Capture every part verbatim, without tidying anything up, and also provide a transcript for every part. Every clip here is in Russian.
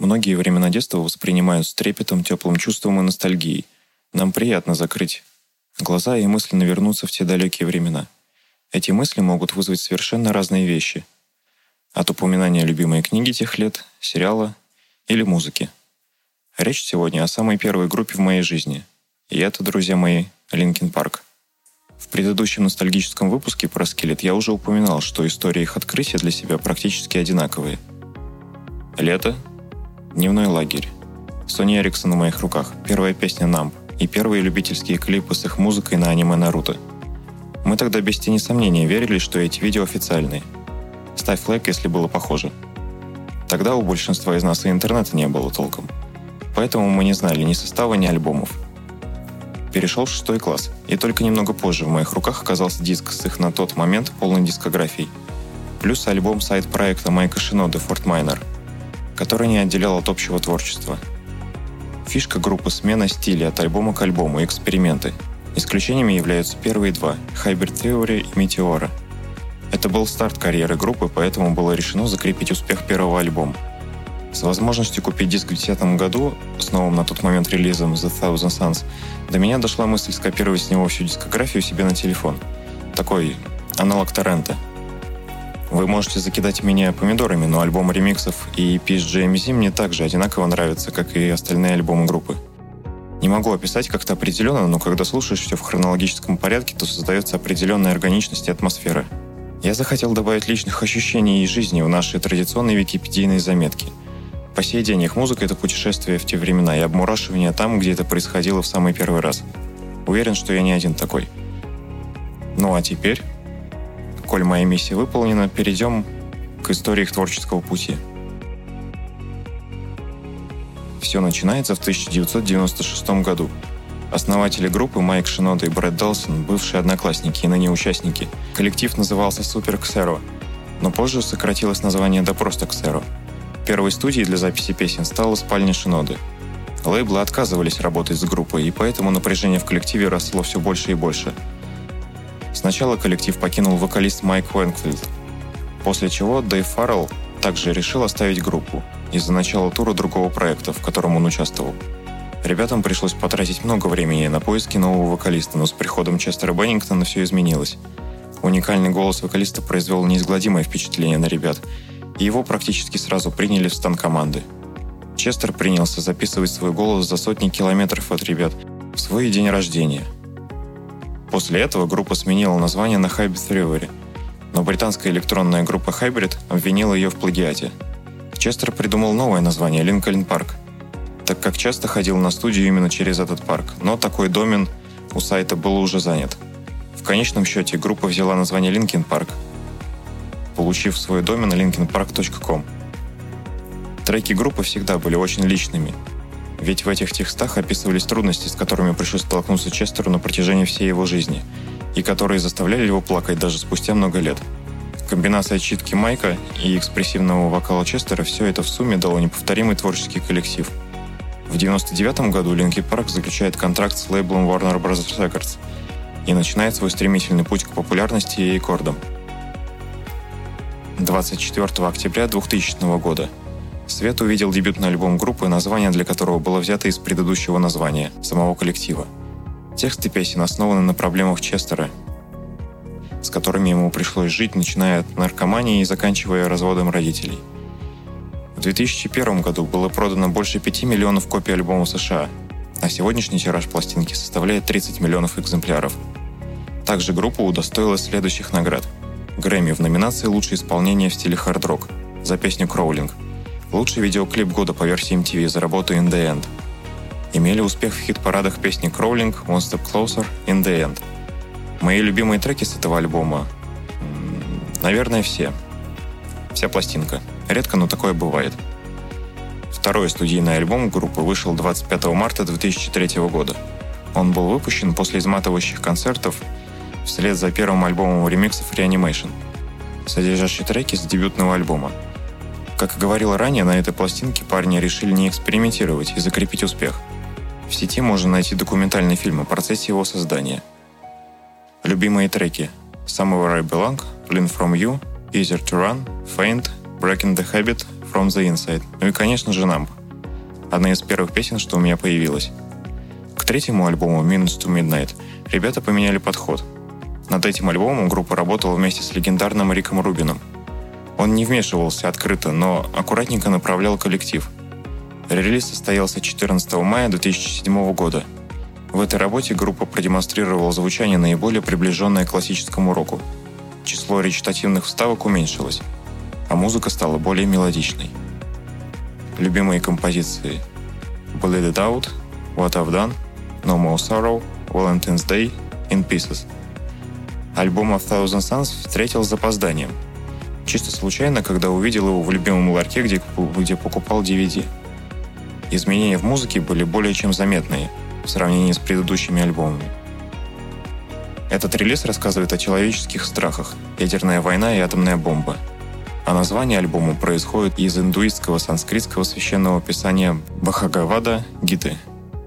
Многие времена детства воспринимают с трепетом, теплым чувством и ностальгией. Нам приятно закрыть глаза и мысленно вернуться в те далекие времена. Эти мысли могут вызвать совершенно разные вещи. От упоминания любимой книги тех лет, сериала или музыки. Речь сегодня о самой первой группе в моей жизни. И это, друзья мои, Linkin Park. В предыдущем ностальгическом выпуске про Skillet я уже упоминал, что история их открытия для себя практически одинаковые. Лето, дневной лагерь, Sony Ericsson на моих руках, первая песня Numb и первые любительские клипы с их музыкой на аниме Наруто. Мы тогда без тени сомнения верили, что эти видео официальные. Ставь лайк, если было похоже. Тогда у большинства из нас и интернета не было толком. Поэтому мы не знали ни состава, ни альбомов. Перешел в шестой класс, и только немного позже в моих руках оказался диск с их на тот момент полной дискографией. Плюс альбом сайд-проекта Майка Шиноды «Fort Minor», который не отделял от общего творчества. Фишка группы — смена стиля от альбома к альбому и эксперименты. Исключениями являются первые два — Hybrid Theory и Meteora. Это был старт карьеры группы, поэтому было решено закрепить успех первого альбома. С возможностью купить диск в две тысячи десятом году, с новым на тот момент релизом The Thousand Suns, до меня дошла мысль скопировать с него всю дискографию себе на телефон. Такой аналог торрента. Вы можете закидать меня помидорами, но альбом ремиксов и и пи с джей эм зет мне также одинаково нравятся, как и остальные альбомы группы. Не могу описать как-то определенно, но когда слушаешь все в хронологическом порядке, то создается определенная органичность и атмосфера. Я захотел добавить личных ощущений и жизни в наши традиционные википедийные заметки. По сей день их музыка — это путешествие в те времена и обмурашивание там, где это происходило в самый первый раз. Уверен, что я не один такой. Ну а теперь, коль моя миссия выполнена, перейдем к истории их творческого пути. Все начинается в тысяча девятьсот девяносто шестом году. Основатели группы Майк Шинода и Брэд Дэлсон, бывшие одноклассники и ныне участники. Коллектив назывался Super Xero, но позже сократилось название до просто Xero. Первой студией для записи песен стала спальня Шиноды. Лейблы отказывались работать с группой, и поэтому напряжение в коллективе росло все больше и больше. Сначала коллектив покинул вокалист Майк Уэнкфилд, после чего Дэйв Фаррелл также решил оставить группу из-за начала тура другого проекта, в котором он участвовал. Ребятам пришлось потратить много времени на поиски нового вокалиста, но с приходом Честера Беннингтона все изменилось. Уникальный голос вокалиста произвел неизгладимое впечатление на ребят, и его практически сразу приняли в стан команды. Честер принялся записывать свой голос за сотни километров от ребят в свой день рождения. После этого группа сменила название на Hybrid Theory, но британская электронная группа Hybrid обвинила ее в плагиате. Честер придумал новое название — Linkin Park, так как часто ходил на студию именно через этот парк, но такой домен у сайта был уже занят. В конечном счете группа взяла название Linkin Park, получив свой домен linkin park точка com. Треки группы всегда были очень личными, ведь в этих текстах описывались трудности, с которыми пришлось столкнуться Честеру на протяжении всей его жизни, и которые заставляли его плакать даже спустя много лет. Комбинация читки Майка и экспрессивного вокала Честера — все это в сумме дало неповторимый творческий коллектив. В девяносто девятом году Linkin Park заключает контракт с лейблом Warner Bros. Records и начинает свой стремительный путь к популярности и рекордам. двадцать четвёртого октября двухтысячного года свет увидел дебютный альбом группы, название для которого было взято из предыдущего названия самого коллектива. Тексты песен основаны на проблемах Честера, с которыми ему пришлось жить, начиная от наркомании и заканчивая разводом родителей. В две тысячи первом году было продано больше пяти миллионов копий альбома в США, а сегодняшний тираж пластинки составляет тридцать миллионов экземпляров. Также группа удостоилась следующих наград: Грэмми в номинации «Лучшее исполнение в стиле хард-рок» за песню «Crawling», лучший видеоклип года по версии эм ти ви за работу «In the End». Имели успех в хит-парадах песни «Crawling», «One Step Closer», «In the End». Мои любимые треки с этого альбома? Наверное, все. Вся пластинка. Редко, но такое бывает. Второй студийный альбом группы вышел двадцать пятого марта две тысячи третьего года. Он был выпущен после изматывающих концертов вслед за первым альбомом ремиксов Reanimation, содержащий треки с дебютного альбома. Как и говорил ранее, на этой пластинке парни решили не экспериментировать и закрепить успех. В сети можно найти документальный фильм о процессе его создания. Любимые треки: Somewhere I Belong, Lean From You, Easier to Run, Faint, Breaking the Habit, From the Inside. Ну и, конечно же, Numb. одна из первых песен, что у меня появилась. К третьему альбому «Minutes to Midnight» ребята поменяли подход. Над этим альбомом группа работала вместе с легендарным Риком Рубином. Он не вмешивался открыто, но аккуратненько направлял коллектив. Релиз состоялся четырнадцатого мая две тысячи седьмого года. В этой работе группа продемонстрировала звучание, наиболее приближенное к классическому року. Число речитативных вставок уменьшилось, а музыка стала более мелодичной. Любимые композиции «Bleed It Out», «What I've Done», «No More Sorrow», «Valentine's Day», «In Pieces». Альбом «A Thousand Suns» встретил с запозданием. Чисто случайно, когда увидел его в любимом ларьке, где, где покупал ди ви ди. Изменения в музыке были более чем заметные в сравнении с предыдущими альбомами. Этот релиз рассказывает о человеческих страхах, ядерная война и атомная бомба. А название альбома происходит из индуистского санскритского священного писания Бхагавада Гиты.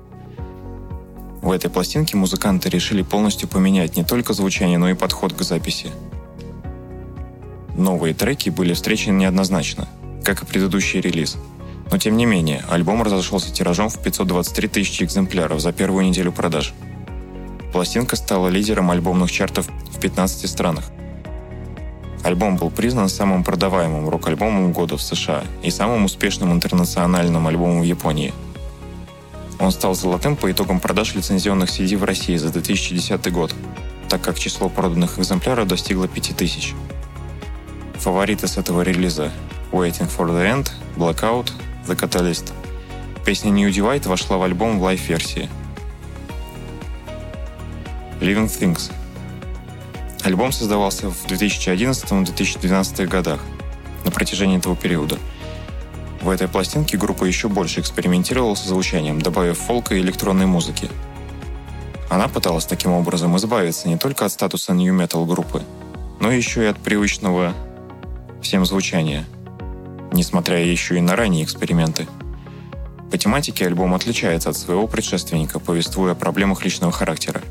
В этой пластинке музыканты решили полностью поменять не только звучание, но и подход к записи. Новые треки были встречены неоднозначно, как и предыдущий релиз. Но тем не менее, альбом разошелся тиражом в пятьсот двадцать три тысячи экземпляров за первую неделю продаж. Пластинка стала лидером альбомных чартов в пятнадцати странах. Альбом был признан самым продаваемым рок-альбомом года в США и самым успешным интернациональным альбомом в Японии. Он стал золотым по итогам продаж лицензионных си ди в России за две тысячи десятый год, так как число проданных экземпляров достигло пяти тысяч. Фавориты с этого релиза «Waiting for the End», «Blackout», «The Catalyst». Песня «New Divide» вошла в альбом в лайв-версии. «Living Things». Альбом создавался в две тысячи одиннадцатом - две тысячи двенадцатом годах. На протяжении этого периода в этой пластинке группа еще больше экспериментировала со звучанием, добавив фолка и электронной музыки. Она пыталась таким образом избавиться не только от статуса нью-метал группы, но еще и от привычного всем звучания, несмотря еще и на ранние эксперименты. По тематике альбом отличается от своего предшественника, повествуя о проблемах личного характера.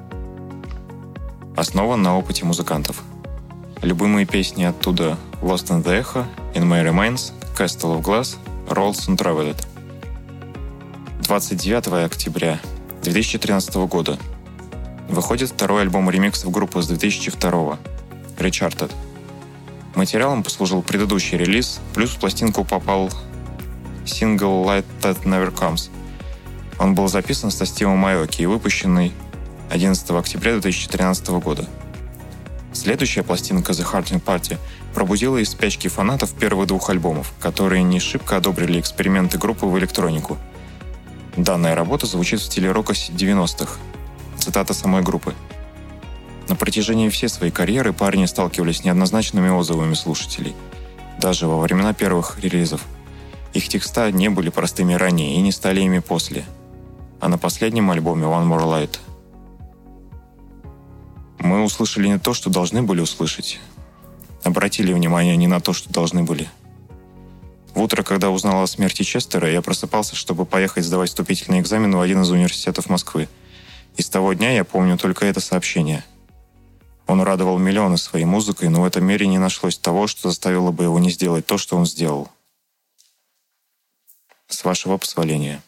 Основан на опыте музыкантов. Любимые песни оттуда «Lost in the Echo», «In My Remains», «Castle of Glass», «Rolls and Traveled». двадцать девятого октября две тысячи тринадцатого года выходит второй альбом ремиксов группы с две тысячи второго «Recharted». Материалом послужил предыдущий релиз, плюс в пластинку попал сингл «Light That Never Comes». Он был записан со Стивом Аоки и выпущенный одиннадцатого октября две тысячи тринадцатого года. Следующая пластинка «The Hearting Party» пробудила из спячки фанатов первых двух альбомов, которые не шибко одобрили эксперименты группы в электронику. Данная работа звучит в стиле рока девяностых. Цитата самой группы. На протяжении всей своей карьеры парни сталкивались с неоднозначными отзывами слушателей, даже во времена первых релизов. Их текста не были простыми ранее и не стали ими после. А на последнем альбоме «One More Light» мы услышали не то, что должны были услышать. Обратили внимание не на то, что должны были. В утро, когда узнал о смерти Честера, я просыпался, чтобы поехать сдавать вступительный экзамен в один из университетов Москвы. И с того дня я помню только это сообщение. Он радовал миллионы своей музыкой, но в этом мире не нашлось того, что заставило бы его не сделать то, что он сделал. С вашего позволения.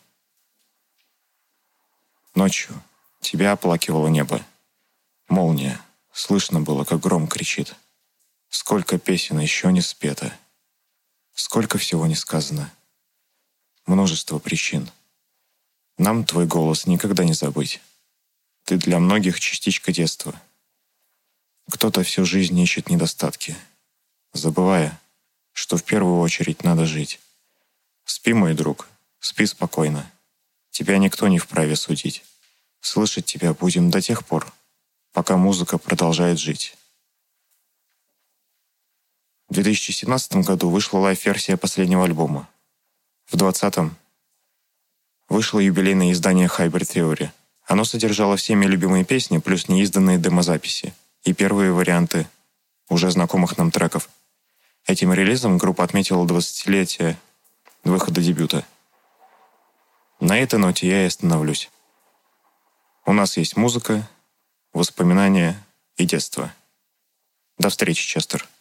Ночью тебя оплакивало небо. Молния. Слышно было, как гром кричит. Сколько песен еще не спето. Сколько всего не сказано. Множество причин. Нам твой голос никогда не забыть. Ты для многих частичка детства. Кто-то всю жизнь ищет недостатки, забывая, что в первую очередь надо жить. Спи, мой друг, спи спокойно. Тебя никто не вправе судить. Слышать тебя будем до тех пор, пока музыка продолжает жить. В две тысячи семнадцатом году вышла лайв-версия последнего альбома. В двадцатом вышло юбилейное издание Hybrid Theory. Оно содержало всеми любимые песни, плюс неизданные демозаписи и первые варианты уже знакомых нам треков. Этим релизом группа отметила двадцатилетие выхода дебюта. На этой ноте я и остановлюсь. У нас есть музыка, воспоминания и детство. До встречи, Честер.